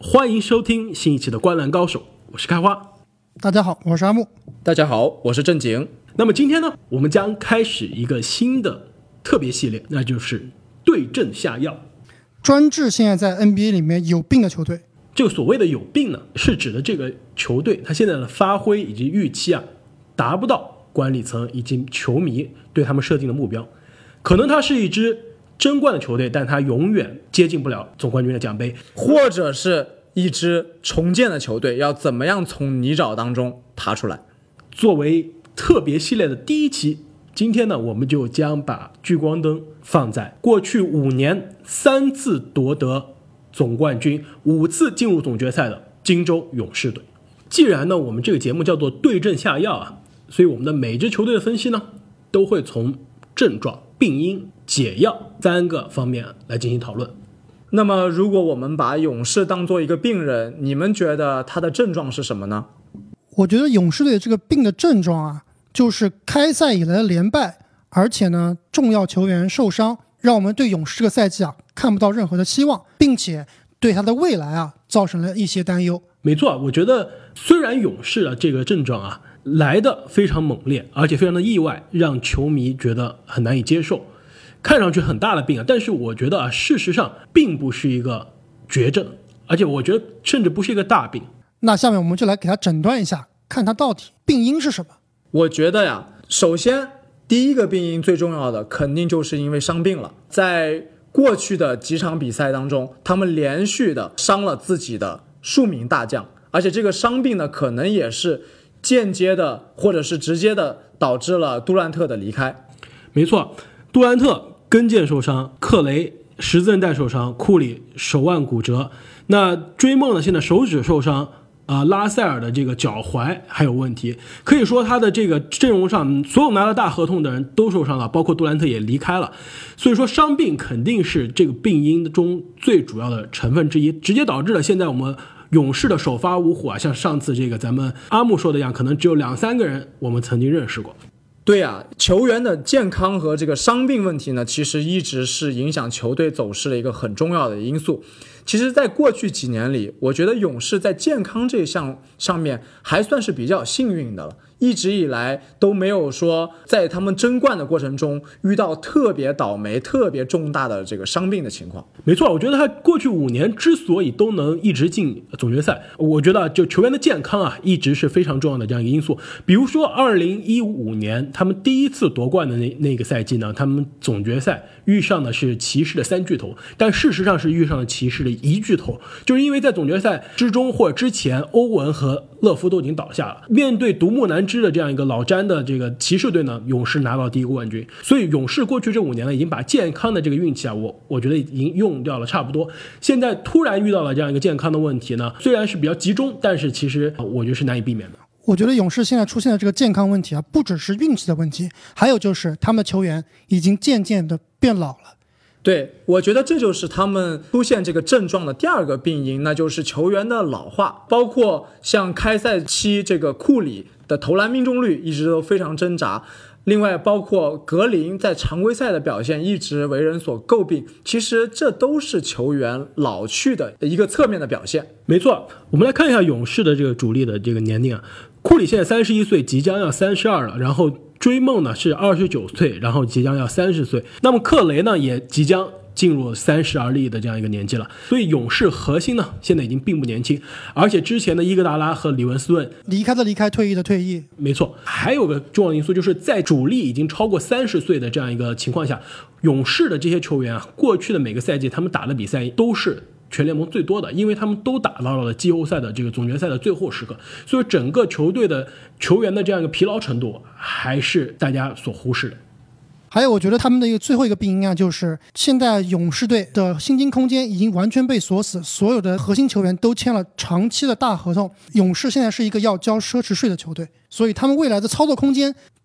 欢迎收听新一期的《观篮高手》，我是开花。 大家好，我是阿木。 大家好，我是正经。 那么今天呢，我们将开始一个新的特别系列，那就是对症下药， 专治现在在 NBA 里面有病的球队。 这个所谓的有病呢，是指的这个球队他现在的发挥以及预期达不到管理层以及球迷对他们设定的目标。可能他是一支争冠的球队，但他永远接近不了总冠军的奖杯， 或者是一支重建的球队，要怎么样从泥沼当中爬出来。 作为特别系列的第一期，今天呢，我们就将把聚光灯放在过去5年3次夺得总冠军、5次进入总决赛的金州勇士队。既然呢，我们这个节目叫做对症下药所以我们的每支球队的分析呢，都会从症状、病因、解药3个方面来进行讨论。 那么如果我们把勇士当做一个病人，你们觉得他的症状是什么呢？ 我觉得勇士队这个病的症状就是开赛以来的连败，而且呢重要球员受伤，让我们对勇士这个赛季看不到任何的希望，并且对他的未来造成了一些担忧。 没错，我觉得虽然勇士这个症状来的非常猛烈，而且非常的意外，让球迷觉得很难以接受，看上去很大的病但是我觉得事实上并不是一个绝症，而且我觉得甚至不是一个大病。 那下面我们就来给他诊断一下，看他到底病因是什么。 我觉得首先第一个病因最重要的肯定就是因为伤病了。在过去的几场比赛当中，他们连续的伤了自己的数名大将，而且这个伤病呢，可能也是间接的或者是直接的导致了杜兰特的离开。 没错，杜兰特跟腱受伤，克雷十字韧带受伤，库里手腕骨折，那追梦呢现在手指受伤拉塞尔的这个脚踝还有问题，可以说他的这个阵容上所有拿了大合同的人都受伤了，包括杜兰特也离开了，所以说伤病肯定是这个病因中最主要的成分之一，直接导致了现在我们勇士的首发五虎像上次这个咱们阿木说的一样，可能只有2-3个人我们曾经认识过。 对球员的健康和这个伤病问题呢，其实一直是影响球队走势的一个很重要的因素。其实在过去几年里，我觉得勇士在健康这一项上面还算是比较幸运的了，一直以来都没有说在他们争冠的过程中遇到特别倒霉、特别重大的这个伤病的情况。 没错，我觉得他过去5年之所以都能一直进总决赛，我觉得就球员的健康一直是非常重要的这样一个因素。比如说2015年他们第一次夺冠的那个赛季呢，他们总决赛遇上的是骑士的3巨头，但事实上是遇上了骑士的1巨头，就是因为在总决赛之中或者之前，欧文和勒夫都已经倒下了，面对独木难支的这样一个老詹的这个骑士队呢，勇士拿到第1个冠军。所以勇士过去这5年呢，已经把健康的这个运气我觉得已经用掉了差不多。现在突然遇到了这样一个健康的问题呢，虽然是比较集中，但是其实我觉得是难以避免的。 我觉得勇士现在出现的这个健康问题不只是运气的问题，还有就是他们的球员已经渐渐的变老了。 对，我觉得这就是他们出现这个症状的第2个病因，那就是球员的老化。包括像开赛期这个库里的投篮命中率一直都非常挣扎，另外包括格林在常规赛的表现一直为人所诟病，其实这都是球员老去的一个侧面的表现。 没错，我们来看一下勇士的这个主力的这个年龄库里现在31岁，即将要32了，然后追梦呢是29岁，然后即将要30岁，那么克雷呢也即将进入30而立的这样一个年纪了。所以勇士核心呢现在已经并不年轻，而且之前的伊戈达拉和李文斯顿离开的离开，退役的退役。 没错，还有个重要因素就是在主力已经超过30岁的这样一个情况下，勇士的这些球员过去的每个赛季他们打的比赛都是全联盟最多的，因为他们都打到了季后赛的这个总决赛的最后时刻，所以整个球队的球员的这样一个疲劳程度还是大家所忽视的。 还有我觉得他们的最后一个病因就是现在勇士队的薪金空间已经完全被锁死，所有的核心球员都签了长期的大合同，勇士现在是一个要交奢侈税的球队，所以他们未来的操作空间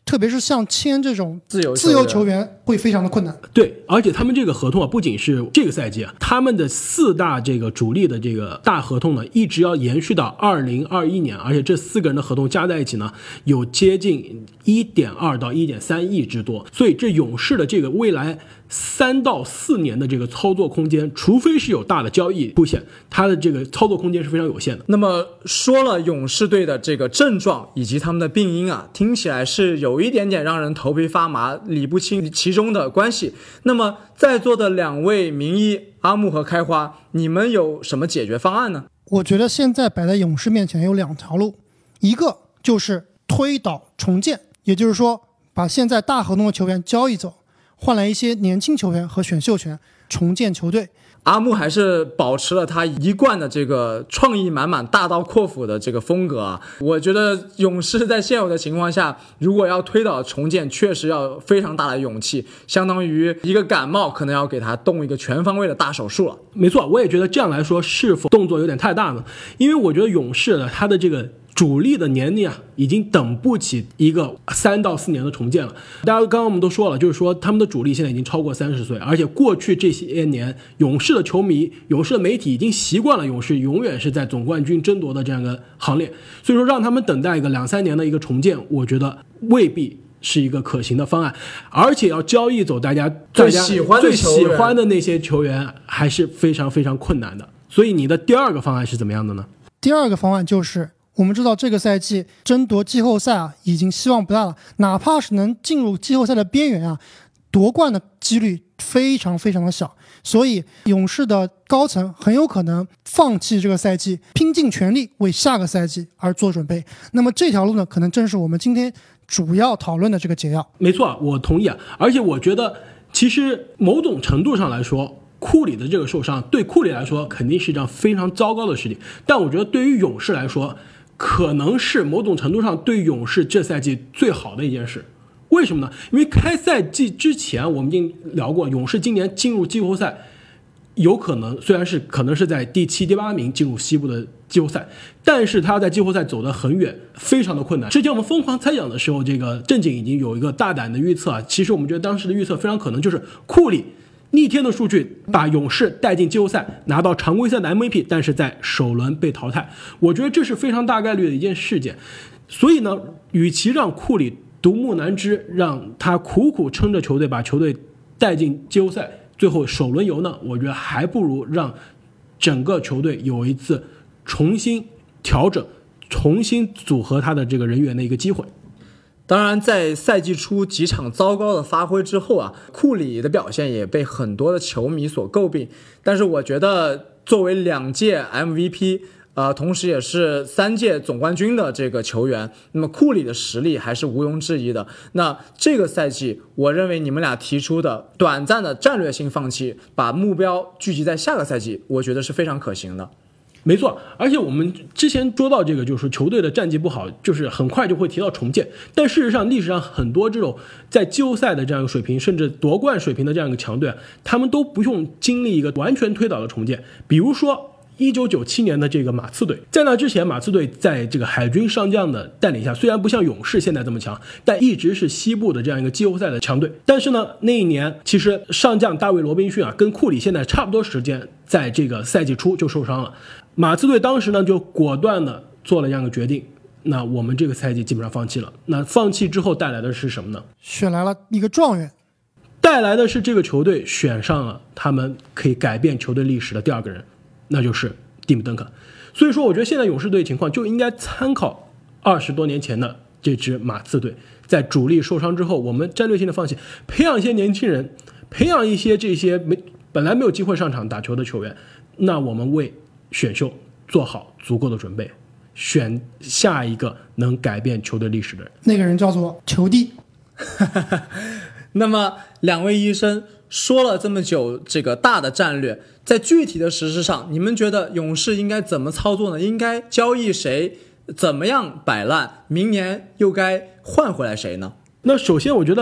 特别是像签这种自由球员会非常的困难。 对，而且他们这个合同啊，不仅是这个赛季啊，他们的4大这个主力的这个大合同呢，一直要延续到2021年，而且这4个人的合同加在一起呢，有接近1.2到1.3亿之多，所以这勇士的这个未来3到4年的这个操作空间，除非是有大的交易出现，它的这个操作空间是非常有限的。 那么说了勇士队的这个症状以及他们的病因啊，听起来是有一点点让人头皮发麻，理不清其中的关系。那么在座的2位名医阿木和开花，你们有什么解决方案呢？ 我觉得现在摆在勇士面前有2条路，一个就是推倒重建，也就是说把现在大合同的球员交易走，换来一些年轻球员和选秀权，重建球队。 阿木还是保持了他一贯的这个创意满满、大刀阔斧的这个风格啊。我觉得勇士在现有的情况下，如果要推倒重建，确实要非常大的勇气，相当于一个感冒可能要给他动一个全方位的大手术了。 没错，我也觉得这样来说是否动作有点太大呢？因为我觉得勇士呢，他的这个主力的年龄啊，已经等不起一个3到4年的重建了。大家刚刚我们都说了，就是说他们的主力现在已经超过30岁，而且过去这些年，勇士的球迷、勇士的媒体已经习惯了勇士永远是在总冠军争夺的这样一个行列，所以说让他们等待一个2-3年的一个重建，我觉得未必是一个可行的方案，而且要交易走大家最喜欢的那些球员，还是非常非常困难的。所以你的第2个方案是怎么样的呢？ 第2个方案就是我们知道这个赛季争夺季后赛啊，已经希望不大了，哪怕是能进入季后赛的边缘啊，夺冠的几率非常非常的小，所以勇士的高层很有可能放弃这个赛季，拼尽全力为下个赛季而做准备。那么这条路呢，可能正是我们今天主要讨论的这个解药。 没错，我同意啊，而且我觉得其实某种程度上来说，库里的这个受伤对库里来说肯定是一张非常糟糕的事情，但我觉得对于勇士来说，可能是某种程度上对勇士这赛季最好的一件事。为什么呢？因为开赛季之前我们已经聊过，勇士今年进入季后赛有可能虽然是可能是在第7、第8名进入西部的季后赛，但是他要在季后赛走得很远，非常的困难。之前我们疯狂猜想的时候，这个正经已经有一个大胆的预测啊，其实我们觉得当时的预测非常可能就是库里逆天的数据把勇士带进季后赛，拿到常规赛的 MVP， 但是在首轮被淘汰。我觉得这是非常大概率的一件事件。所以呢，与其让库里独木难支，让他苦苦撑着球队把球队带进季后赛，最后首轮游呢，我觉得还不如让整个球队有一次重新调整、重新组合他的这个人员的一个机会。 当然在赛季初几场糟糕的发挥之后啊，库里的表现也被很多的球迷所诟病，但是我觉得作为2届 MVP同时也是3届总冠军的这个球员，那么库里的实力还是毋庸置疑的。那这个赛季我认为你们俩提出的短暂的战略性放弃，把目标聚集在下个赛季，我觉得是非常可行的。 没错，而且我们之前说到这个，就是球队的战绩不好，就是很快就会提到重建。但事实上，历史上很多这种在季后赛的这样一个水平，甚至夺冠水平的这样一个强队，他们都不用经历一个完全推倒的重建。比如说1997年的这个马刺队，在那之前，马刺队在这个海军上将的带领下，虽然不像勇士现在这么强，但一直是西部的这样一个季后赛的强队。但是呢，那一年其实上将大卫罗宾逊啊，跟库里现在差不多时间，在这个赛季初就受伤了。马刺队当时呢就果断的做了这样一个决定，那我们这个赛季基本上放弃了。那放弃之后带来的是什么呢？ 选来了一个状元， 带来的是这个球队选上了他们可以改变球队历史的第2个人，那就是蒂姆·邓肯。所以说我觉得现在勇士队情况就应该参考20多年前的这支马刺队，在主力受伤之后，我们战略性的放弃，培养一些年轻人，培养一些这些本来没有机会上场打球的球员，那我们为选秀做好足够的准备，选下一个能改变球队历史的人。 那个人叫做球帝。 那么2位医生说了这么久这个大的战略，在具体的实施上，你们觉得勇士应该怎么操作呢？应该交易谁？怎么样摆烂？明年又该换回来谁呢？ 那首先我觉得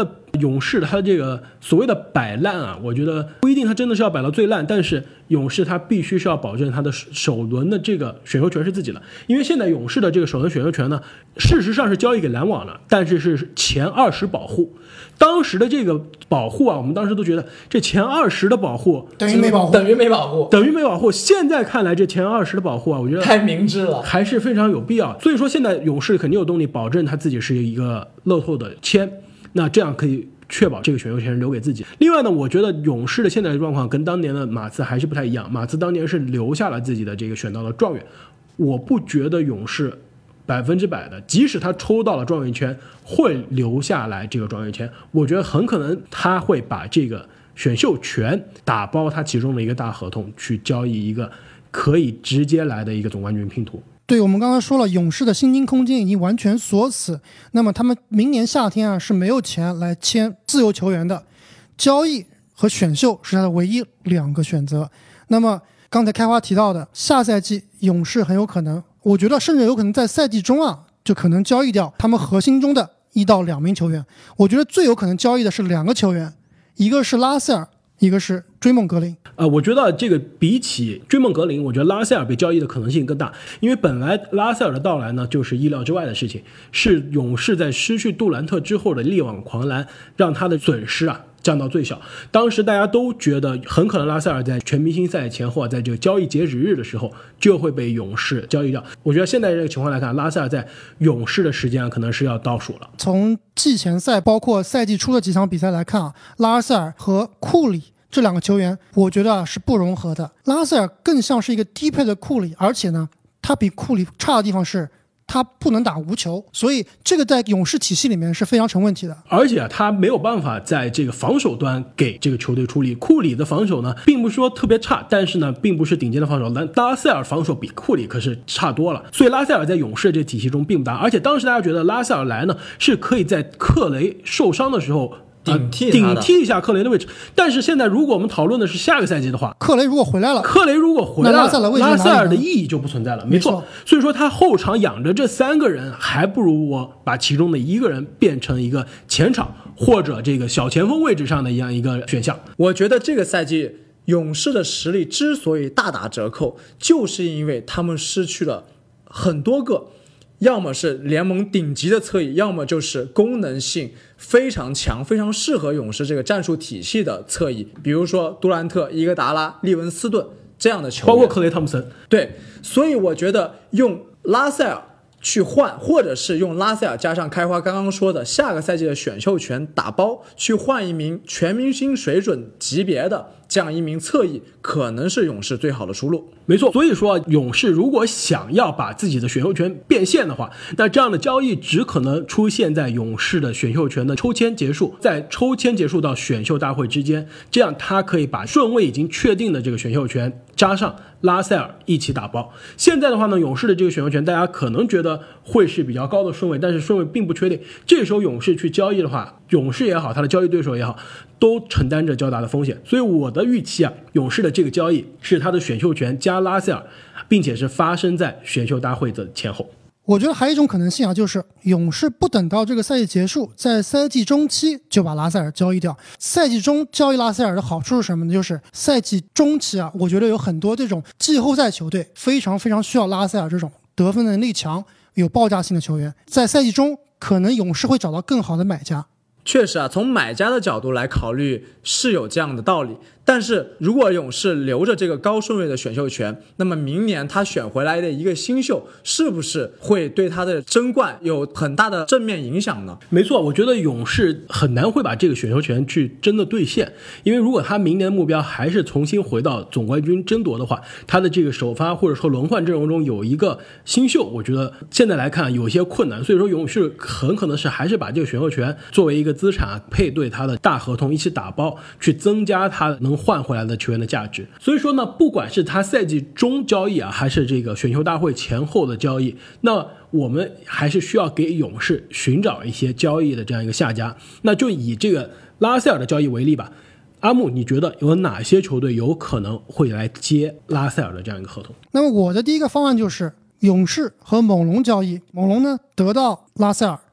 勇士他这个所谓的摆烂啊，我觉得不一定他真的是要摆到最烂，但是勇士他必须是要保证他的首轮的这个选秀权是自己的，因为现在勇士的这个首轮选秀权呢，事实上是交易给篮网了，但是是前20保护。当时的这个保护啊，我们当时都觉得这前20的保护等于没保护。现在看来，这前20的保护啊，我觉得太明智了， 还是非常有必要。所以说，现在勇士肯定有动力保证他自己是一个乐透的签，那这样可以确保这个选秀权留给自己。另外呢，我觉得勇士的现在的状况跟当年的马刺还是不太一样。马刺当年是留下了自己的这个选到了状元，我不觉得勇士100%的，即使他抽到了状元签，会留下来这个状元签。我觉得很可能他会把这个选秀权打包他其中的一个大合同，去交易一个可以直接来的一个总冠军拼图。对，我们刚刚说了，勇士的薪金空间已经完全锁死，那么他们明年夏天啊是没有钱来签自由球员的，交易和选秀是他的唯一2个选择。那么刚才开花提到的，下赛季勇士很有可能，我觉得甚至有可能在赛季中啊就可能交易掉他们核心中的1到2名球员。我觉得最有可能交易的是2个球员，一个是拉塞尔，一个是追梦格林。我觉得这个比起追梦格林，我觉得拉塞尔被交易的可能性更大，因为本来拉塞尔的到来呢就是意料之外的事情，是勇士在失去杜兰特之后的力挽狂澜，让他的损失啊降到最小。当时大家都觉得很可能拉塞尔在全明星赛前后，在这个交易截止日的时候就会被勇士交易掉。我觉得现在这个情况来看，拉塞尔在勇士的时间可能是要倒数了。从季前赛包括赛季初的几场比赛来看啊，拉塞尔和库里这2个球员我觉得是不融合的。拉塞尔更像是一个低配的库里，而且呢他比库里差的地方是他不能打无球，所以这个在勇士体系里面是非常成问题的。而且他没有办法在这个防守端给这个球队出力。库里的防守呢并不是说特别差，但是呢并不是顶尖的防守，但拉塞尔防守比库里可是差多了，所以拉塞尔在勇士这体系中并不搭。而且当时大家觉得拉塞尔来呢是可以在克雷受伤的时候顶替一下克雷的位置，但是现在如果我们讨论的是下个赛季的话，克雷如果回来了，拉塞尔的意义就不存在了。没错，所以说他后场养着这3个人，还不如我把其中的1个人变成一个前场或者这个小前锋位置上的一样一个选项。 我觉得这个赛季勇士的实力之所以大打折扣，就是因为他们失去了很多个要么是联盟顶级的侧翼，要么就是功能性非常强非常适合勇士这个战术体系的侧翼，比如说杜兰特、伊戈达拉、利文斯顿这样的球员， 包括克雷汤普森。 对，所以我觉得用拉塞尔去换，或者是用拉塞尔加上开花刚刚说的下个赛季的选秀权打包，去换一名全明星水准级别的这样一名侧翼，可能是勇士最好的出路。 没错，所以说勇士如果想要把自己的选秀权变现的话，那这样的交易只可能出现在勇士的选秀权的抽签结束，在抽签结束到选秀大会之间，这样他可以把顺位已经确定的这个选秀权加上拉塞尔一起打包。现在的话呢，勇士的这个选秀权大家可能觉得会是比较高的顺位，但是顺位并不确定。这时候勇士去交易的话，勇士也好，他的交易对手也好，都承担着较大的风险。所以我的预期啊，勇士的这个交易是他的选秀权加拉塞尔，并且是发生在选秀大会的前后。我觉得还有一种可能性啊，就是勇士不等到这个赛季结束，在赛季中期就把拉塞尔交易掉。赛季中交易拉塞尔的好处是什么呢？就是赛季中期啊，我觉得有很多这种季后赛球队非常非常需要拉塞尔这种得分能力强、有爆炸性的球员，在赛季中可能勇士会找到更好的买家。 确实啊，从买家的角度来考虑是有这样的道理，但是如果勇士留着这个高顺位的选秀权，那么明年他选回来的一个新秀是不是会对他的争冠有很大的正面影响呢？ 没错，我觉得勇士很难会把这个选秀权去真的兑现，因为如果他明年的目标还是重新回到总冠军争夺的话，他的这个首发或者说轮换阵容中有一个新秀，我觉得现在来看有些困难，所以说勇士很可能是还是把这个选秀权作为一个资产配对他的大合同一起打包，去增加他能换回来的球员的价值。所以说呢，不管是他赛季中交易啊，还是这个选秀大会前后的交易，那我们还是需要给勇士寻找一些交易的这样一个下家。那就以这个拉塞尔的交易为例吧，阿木，你觉得有哪些球队有可能会来接拉塞尔的这样一个合同？那么我的第一个方案就是勇士和猛龙交易，猛龙呢得到拉塞尔，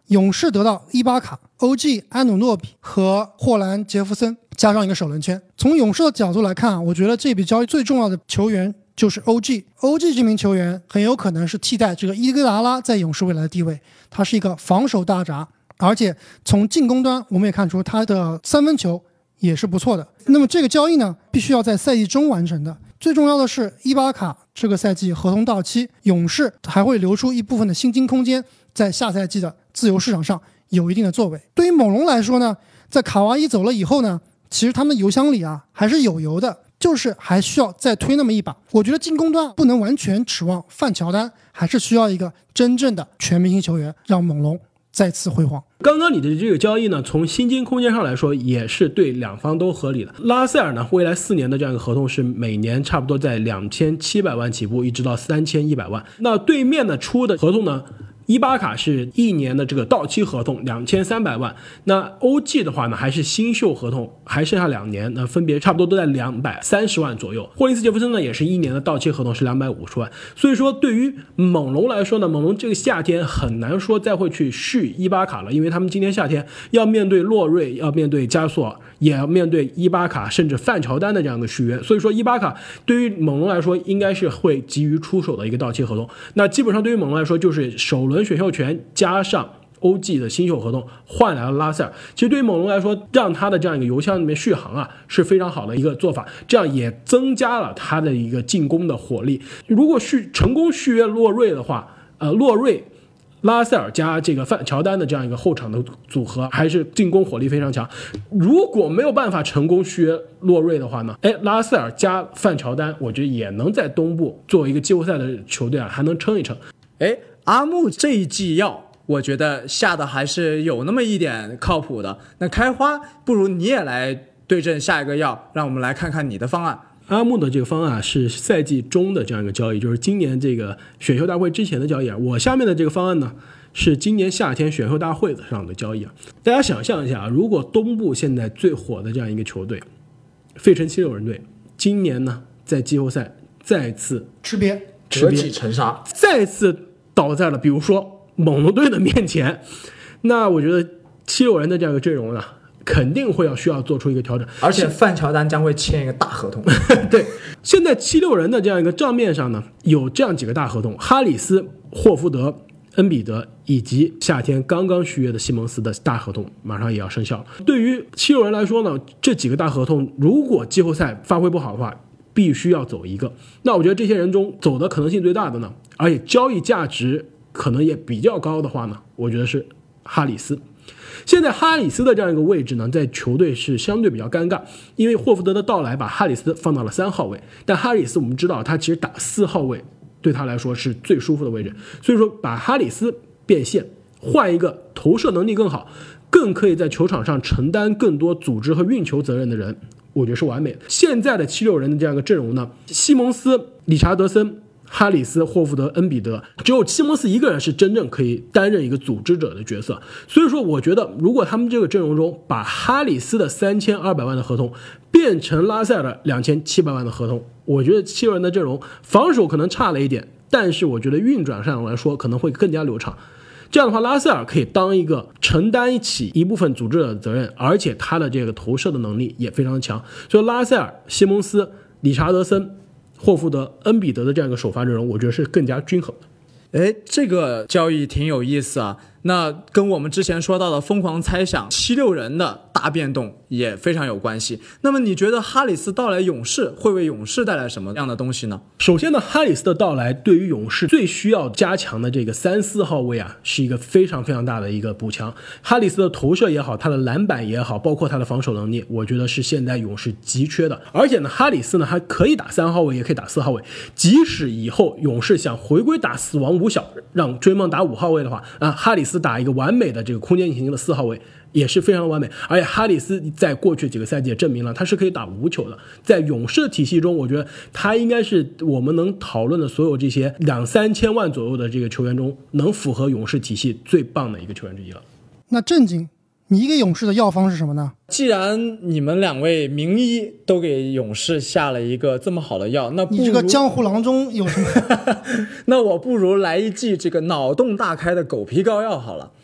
勇士得到伊巴卡、OG 安努诺比和霍兰杰弗森，加上一个首轮签。从勇士的角度来看，我觉得这笔交易最重要的球员就是 OG 这名球员很有可能是替代这个伊戈达拉在勇士未来的地位，他是一个防守大闸，而且从进攻端我们也看出他的三分球也是不错的。那么这个交易呢，必须要在赛季中完成的。最重要的是伊巴卡这个赛季合同到期，勇士还会留出一部分的薪金空间，在下赛季的自由市场上有一定的作为。对于猛龙来说呢，在卡哇伊走了以后呢，其实他们的油箱里啊还是有油的，就是还需要再推那么一把。我觉得进攻端不能完全指望范乔丹，还是需要一个真正的全明星球员，让猛龙再次辉煌。 刚刚你的这个交易呢，从薪金空间上来说也是对两方都合理的。拉塞尔呢，未来4年的这样一个合同是每年差不多在2700万起步，一直到3100万。那对面呢出的合同呢，伊巴卡是1年的这个到期合同2300万，那 OG 的话呢还是新秀合同，还剩下2年，那分别差不多都在230万左右。霍林斯杰弗森呢也是1年的到期合同是250万，所以说对于猛龙来说呢，猛龙这个夏天很难说再会去续伊巴卡了，因为他们今年夏天要面对洛瑞，要面对加索尔，也要面对伊巴卡甚至范乔丹的这样一个续约，所以说伊巴卡对于猛龙来说应该是会急于出手的一个到期合同。那基本上对于猛龙来说就是首轮选秀权加上 OG 的新秀合同换来了拉塞尔，其实对于猛龙来说，让他的这样一个油箱里面续航啊是非常好的一个做法，这样也增加了他的一个进攻的火力。如果成功续约洛瑞的话，洛瑞拉塞尔加这个范乔丹的这样一个后场的组合，还是进攻火力非常强。如果没有办法成功续约洛瑞的话呢，拉塞尔加范乔丹，我觉得也能在东部作为一个季后赛的球队啊，还能撑一撑。 阿木这一剂药，我觉得下的还是有那么一点靠谱的。那开花，不如你也来对阵下一个药，让我们来看看你的方案。 阿木的这个方案是赛季中的这样一个交易，就是今年这个选秀大会之前的交易啊。我下面的这个方案呢，是今年夏天选秀大会上的交易啊。大家想象一下，如果东部现在最火的这样一个球队费城76人队，今年呢在季后赛再次吃瘪折戟沉沙， 再次倒在了比如说猛龙队的面前，那我觉得76人的这样一个阵容呢，肯定会需要做出一个调整， 而且范乔丹将会签一个大合同。 对，现在76人的这样一个账面上呢，有这样几个大合同：哈里斯、霍福德、恩比德以及夏天刚刚续约的西蒙斯的大合同马上也要生效了。对于76人来说呢，这几个大合同如果季后赛发挥不好的话，必须要走一个。那我觉得这些人中走的可能性最大的呢，而且交易价值可能也比较高的话呢，我觉得是哈里斯。现在哈里斯的这样一个位置呢，在球队是相对比较尴尬，因为霍福德的到来把哈里斯放到了3号位，但哈里斯我们知道他其实打4号位对他来说是最舒服的位置，所以说把哈里斯变现，换一个投射能力更好，更可以在球场上承担更多组织和运球责任的人，我觉得是完美的。现在的76人的这样一个阵容呢，西蒙斯、理查德森、哈里斯、霍福德、恩比德，只有西蒙斯一个人是真正可以担任一个组织者的角色。所以说我觉得如果他们这个阵容中把哈里斯的3200万的合同变成拉塞尔的2700万的合同，我觉得76人的阵容防守可能差了一点，但是我觉得运转上来说可能会更加流畅。这样的话，拉塞尔可以当一个承担起一部分组织者的责任，而且他的这个投射的能力也非常强。所以拉塞尔、西蒙斯、理查德森、霍福德、恩比德的这样一个首发阵容，我觉得是更加均衡的。 这个交易挺有意思啊。那跟我们之前说到的疯狂猜想76人的大变动也非常有关系。那么你觉得哈里斯到来勇士会为勇士带来什么样的东西呢？ 首先呢，哈里斯的到来对于勇士最需要加强的这个3、4号位啊，是一个非常非常大的一个补强。哈里斯的投射也好，他的篮板也好，包括他的防守能力，我觉得是现在勇士急缺的。而且呢，哈里斯呢还可以打3号位，也可以打4号位。即使以后勇士想回归打死亡五小，让追梦打5号位的话哈里斯打一个完美的这个空间型的4号位也是非常的完美。而且哈里斯在过去几个赛季也证明了他是可以打无球的。在勇士的体系中，我觉得他应该是我们能讨论的所有这些2-3千万左右的这个球员中，能符合勇士体系最棒的一个球员之一了。 那正经，你给勇士的药方是什么呢？ 既然你们2位名医都给勇士下了一个这么好的药，那不如你这个江湖郎中有什么？ 那我不如来一剂这个脑洞大开的狗皮膏药好了。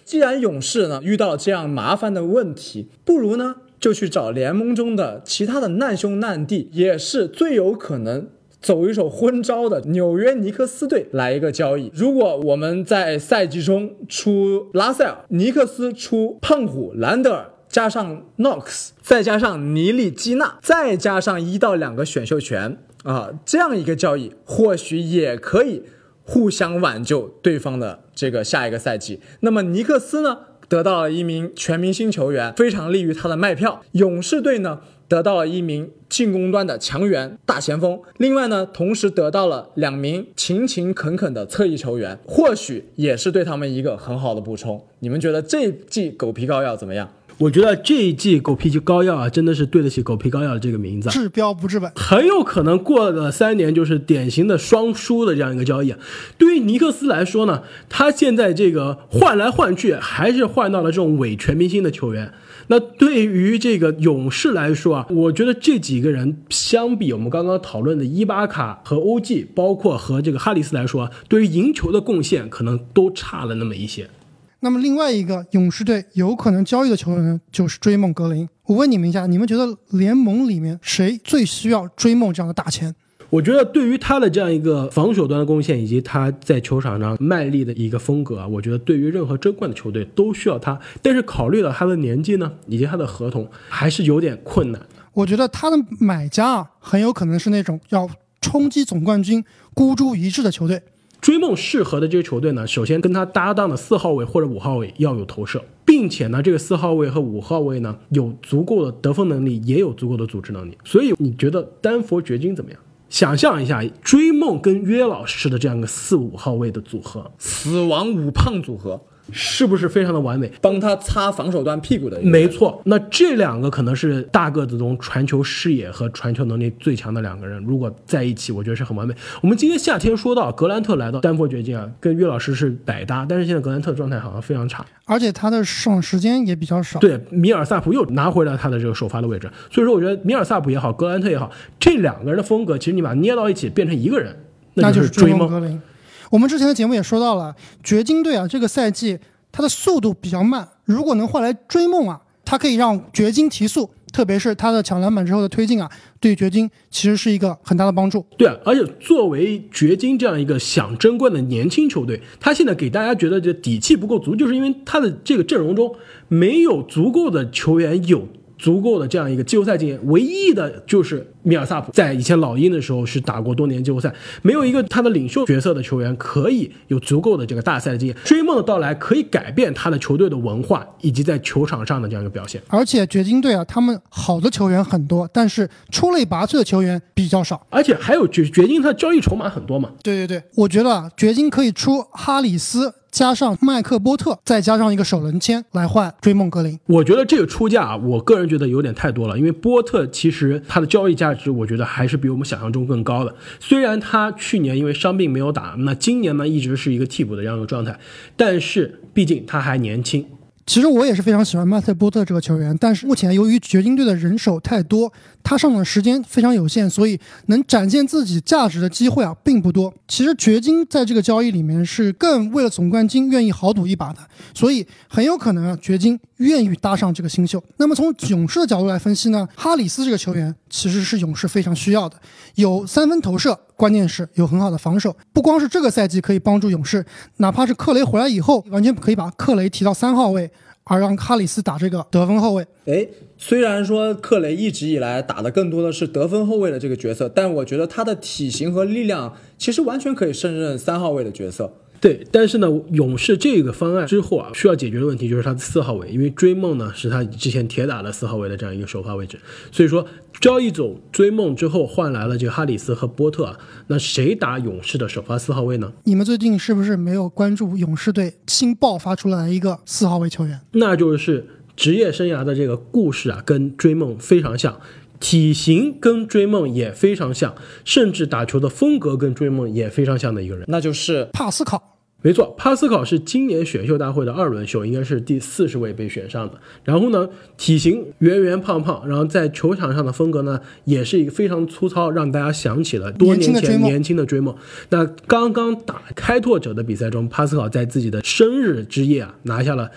既然勇士呢遇到了这样麻烦的问题，不如呢就去找联盟中的其他的难兄难弟，也是最有可能走一手昏招的纽约尼克斯队来一个交易。如果我们在赛季中出拉塞尔，尼克斯出胖虎兰德尔加上 Knox， 再加上尼利基纳，再加上1到2个选秀权这样一个交易或许也可以互相挽救对方的这个下一个赛季。那么尼克斯呢得到了一名全明星球员，非常利于他的卖票。勇士队呢得到了一名进攻端的强援大前锋，另外呢同时得到了2名勤勤恳恳的侧翼球员，或许也是对他们一个很好的补充。你们觉得这一季狗皮膏药怎么样？ 我觉得这一季狗皮膏药啊，真的是对得起狗皮膏药的这个名字， 治标不治本， 很有可能过了3年就是典型的双输的这样一个交易。对于尼克斯来说呢，他现在这个换来换去还是换到了这种伪全明星的球员。那对于这个勇士来说啊，我觉得这几个人相比我们刚刚讨论的伊巴卡和欧记，包括和这个哈里斯来说啊，对于赢球的贡献可能都差了那么一些。 那么另外一个勇士队有可能交易的球员呢，就是追梦格林。我问你们一下，你们觉得联盟里面谁最需要追梦这样的大钱？ 我觉得对于他的这样一个防守端的贡献，以及他在球场上卖力的一个风格啊，我觉得对于任何争冠的球队都需要他。但是考虑到他的年纪呢，以及他的合同，还是有点困难。 我觉得他的买家啊，很有可能是那种要冲击总冠军、孤注一掷的球队。 追梦适合的这些球队呢，首先跟他搭档的4号位或者5号位要有投射，并且呢，这个4号位和5号位呢有足够的得分能力，也有足够的组织能力。所以你觉得丹佛掘金怎么样？想象一下追梦跟约老师的这样一个4、5号位的组合， 死亡5胖组合， 是不是非常的完美？ 帮他擦防守端屁股的一个人。 没错，那这2个可能是大个子中传球视野和传球能力最强的2个人，如果在一起，我觉得是很完美。我们今天夏天说到格兰特来到丹佛掘金啊，跟约老师是百搭，但是现在格兰特状态好像非常差， 而且他的上场时间也比较少。 对，米尔萨普又拿回了他的这个首发的位置，所以说我觉得米尔萨普也好，格兰特也好，这2个人的风格，其实你把它捏到一起变成一个人， 那就是追梦格林。我们之前的节目也说到了，掘金队啊，这个赛季他的速度比较慢，如果能换来追梦啊，他可以让掘金提速，特别是他的抢篮板之后的推进啊，对掘金其实是一个很大的帮助。 对啊，而且作为掘金这样一个想争冠的年轻球队，他现在给大家觉得这底气不够足，就是因为他的这个阵容中没有足够的球员有足够的这样一个季后赛经验，唯一的就是米尔萨普，在以前老鹰的时候是打过多年季后赛，没有一个他的领袖角色的球员可以有足够的这个大赛的经验。追梦的到来可以改变他的球队的文化以及在球场上的这样一个表现。 而且掘金队啊，他们好的球员很多，但是出类拔萃的球员比较少。 而且还有掘金他交易筹码很多嘛。 对对对，我觉得啊，掘金可以出哈里斯加上麦克波特，再加上一个首轮签来换追梦格林。 我觉得这个出价我个人觉得有点太多了，因为波特其实他的交易价值我觉得还是比我们想象中更高的。虽然他去年因为伤病没有打，那今年呢一直是一个替补的这样一个状态，但是毕竟他还年轻。 其实我也是非常喜欢麦克波特这个球员，但是目前由于掘金队的人手太多，他上场的时间非常有限，所以能展现自己价值的机会啊并不多。其实掘金在这个交易里面是更为了总冠军愿意豪赌一把的，所以很有可能啊掘金愿意搭上这个新秀。那么从勇士的角度来分析呢，哈里斯这个球员其实是勇士非常需要的，有3分投射，关键是有很好的防守。不光是这个赛季可以帮助勇士，哪怕是克雷回来以后，完全可以把克雷提到3号位，而让哈里斯打这个得分后卫。 虽然说克雷一直以来打的更多的是得分后卫的这个角色，但我觉得他的体型和力量其实完全可以胜任3号位的角色。 对，但是呢，勇士这个方案之后啊，需要解决的问题就是他的4号位，因为追梦呢是他之前铁打的4号位的这样一个首发位置，所以说交易走追梦之后换来了这个哈里斯和波特啊，那谁打勇士的首发4号位呢？ 你们最近是不是没有关注勇士队新爆发出来一个4号位球员？ 那就是职业生涯的这个故事啊，跟追梦非常像。体型跟追梦也非常像，甚至打球的风格跟追梦也非常像的一个人， 那就是帕斯考。 没错，帕斯考是今年选秀大会的2轮秀，应该是第40位被选上的。然后呢，体型圆圆胖胖，然后在球场上的风格呢，也是一个非常粗糙，让大家想起了多年前年轻的追梦。那刚刚打开拓者的比赛中，帕斯考在自己的生日之夜啊，拿下了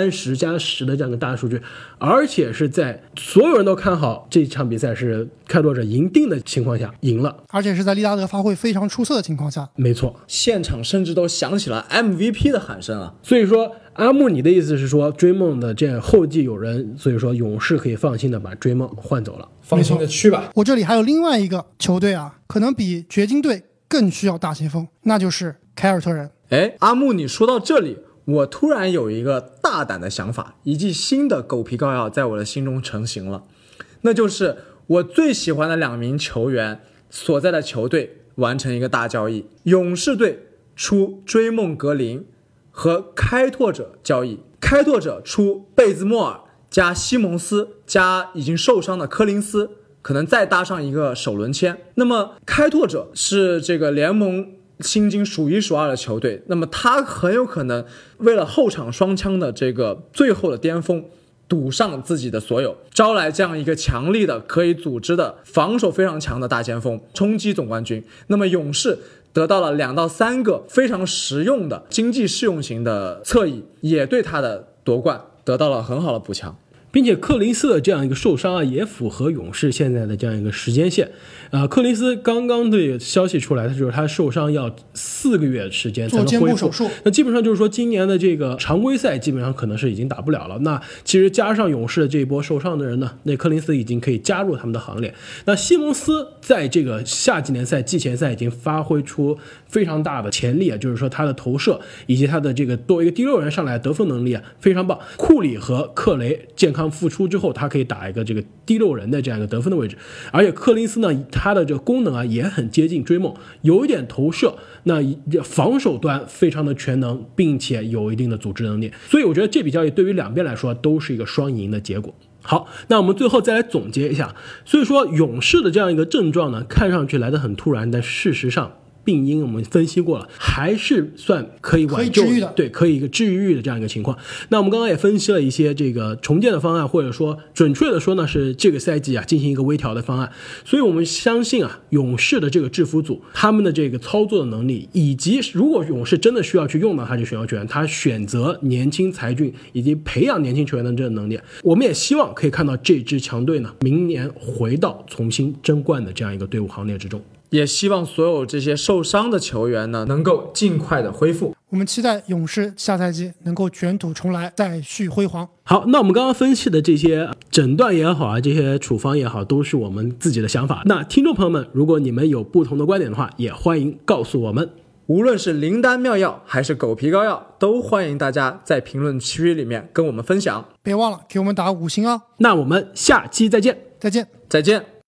30+10的这样一个大数据，而且是在所有人都看好这场比赛是开拓者赢定的情况下赢了， 而且是在利拉德发挥非常出色的情况下。 没错， 现场甚至都响起了 MVP 的喊声啊！ 所以说，阿木，你的意思是说，追梦的这样后继有人，所以说勇士可以放心的把追梦换走了， 放心的去吧。 我这里还有另外一个球队啊，可能比掘金队更需要大前锋，那就是凯尔特人。 哎，阿木，你说到这里，我突然有一个大胆的想法，一剂新的狗皮膏药在我的心中成型了，那就是我最喜欢的2名球员所在的球队完成一个大交易，勇士队出追梦格林和开拓者交易，开拓者出贝兹莫尔加西蒙斯加已经受伤的柯林斯，可能再搭上一个首轮签。那么开拓者是这个联盟薪金数1数2的球队，那么他很有可能为了后场双枪的这个最后的巅峰赌上自己的所有，招来这样一个强力的可以组织的防守非常强的大前锋，冲击总冠军。那么勇士得到了2到3个非常实用的经济适用型的侧翼，也对他的夺冠得到了很好的补强。 并且克林斯的这样一个受伤啊，也符合勇士现在的这样一个时间线。克林斯刚刚的消息出来，就是他受伤要4个月时间才能恢复， 做肩部手术。 那基本上就是说，今年的这个常规赛基本上可能是已经打不了了。那其实加上勇士的这一波受伤的人呢，那克林斯已经可以加入他们的行列。那西蒙斯在这个夏季联赛、季前赛已经发挥出非常大的潜力啊，就是说他的投射以及他的这个作为一个第6人上来得分能力啊非常棒。库里和克雷健康复出之后，他可以打一个这个第6人的这样一个得分的位置，而且克林斯呢，他的这个功能啊也很接近追梦，有一点投射，那防守端非常的全能，并且有一定的组织能力，所以我觉得这笔交易对于两边来说都是一个双赢的结果。好，那我们最后再来总结一下，所以说勇士的这样一个症状呢，看上去来得很突然，但事实上病因我们分析过了，还是算可以挽救的，对，可以一个治愈的这样一个情况。那我们刚刚也分析了一些这个重建的方案，或者说准确的说呢，是这个赛季啊进行一个微调的方案。所以我们相信啊，勇士的这个制服组他们的这个操作的能力，以及如果勇士真的需要去用到他这选秀权，他选择年轻才俊以及培养年轻球员的这个能力，我们也希望可以看到这支强队呢明年回到重新争冠的这样一个队伍行列之中。 也希望所有这些受伤的球员呢，能够尽快的恢复。 我们期待勇士下赛季能够卷土重来，再续辉煌。 好，那我们刚刚分析的这些诊断也好啊，这些处方也好，都是我们自己的想法。那听众朋友们，如果你们有不同的观点的话，也欢迎告诉我们。 无论是灵丹妙药还是狗皮膏药，都欢迎大家在评论区里面跟我们分享。 别忘了给我们打5星啊！ 那我们下期再见， 再见， 再见。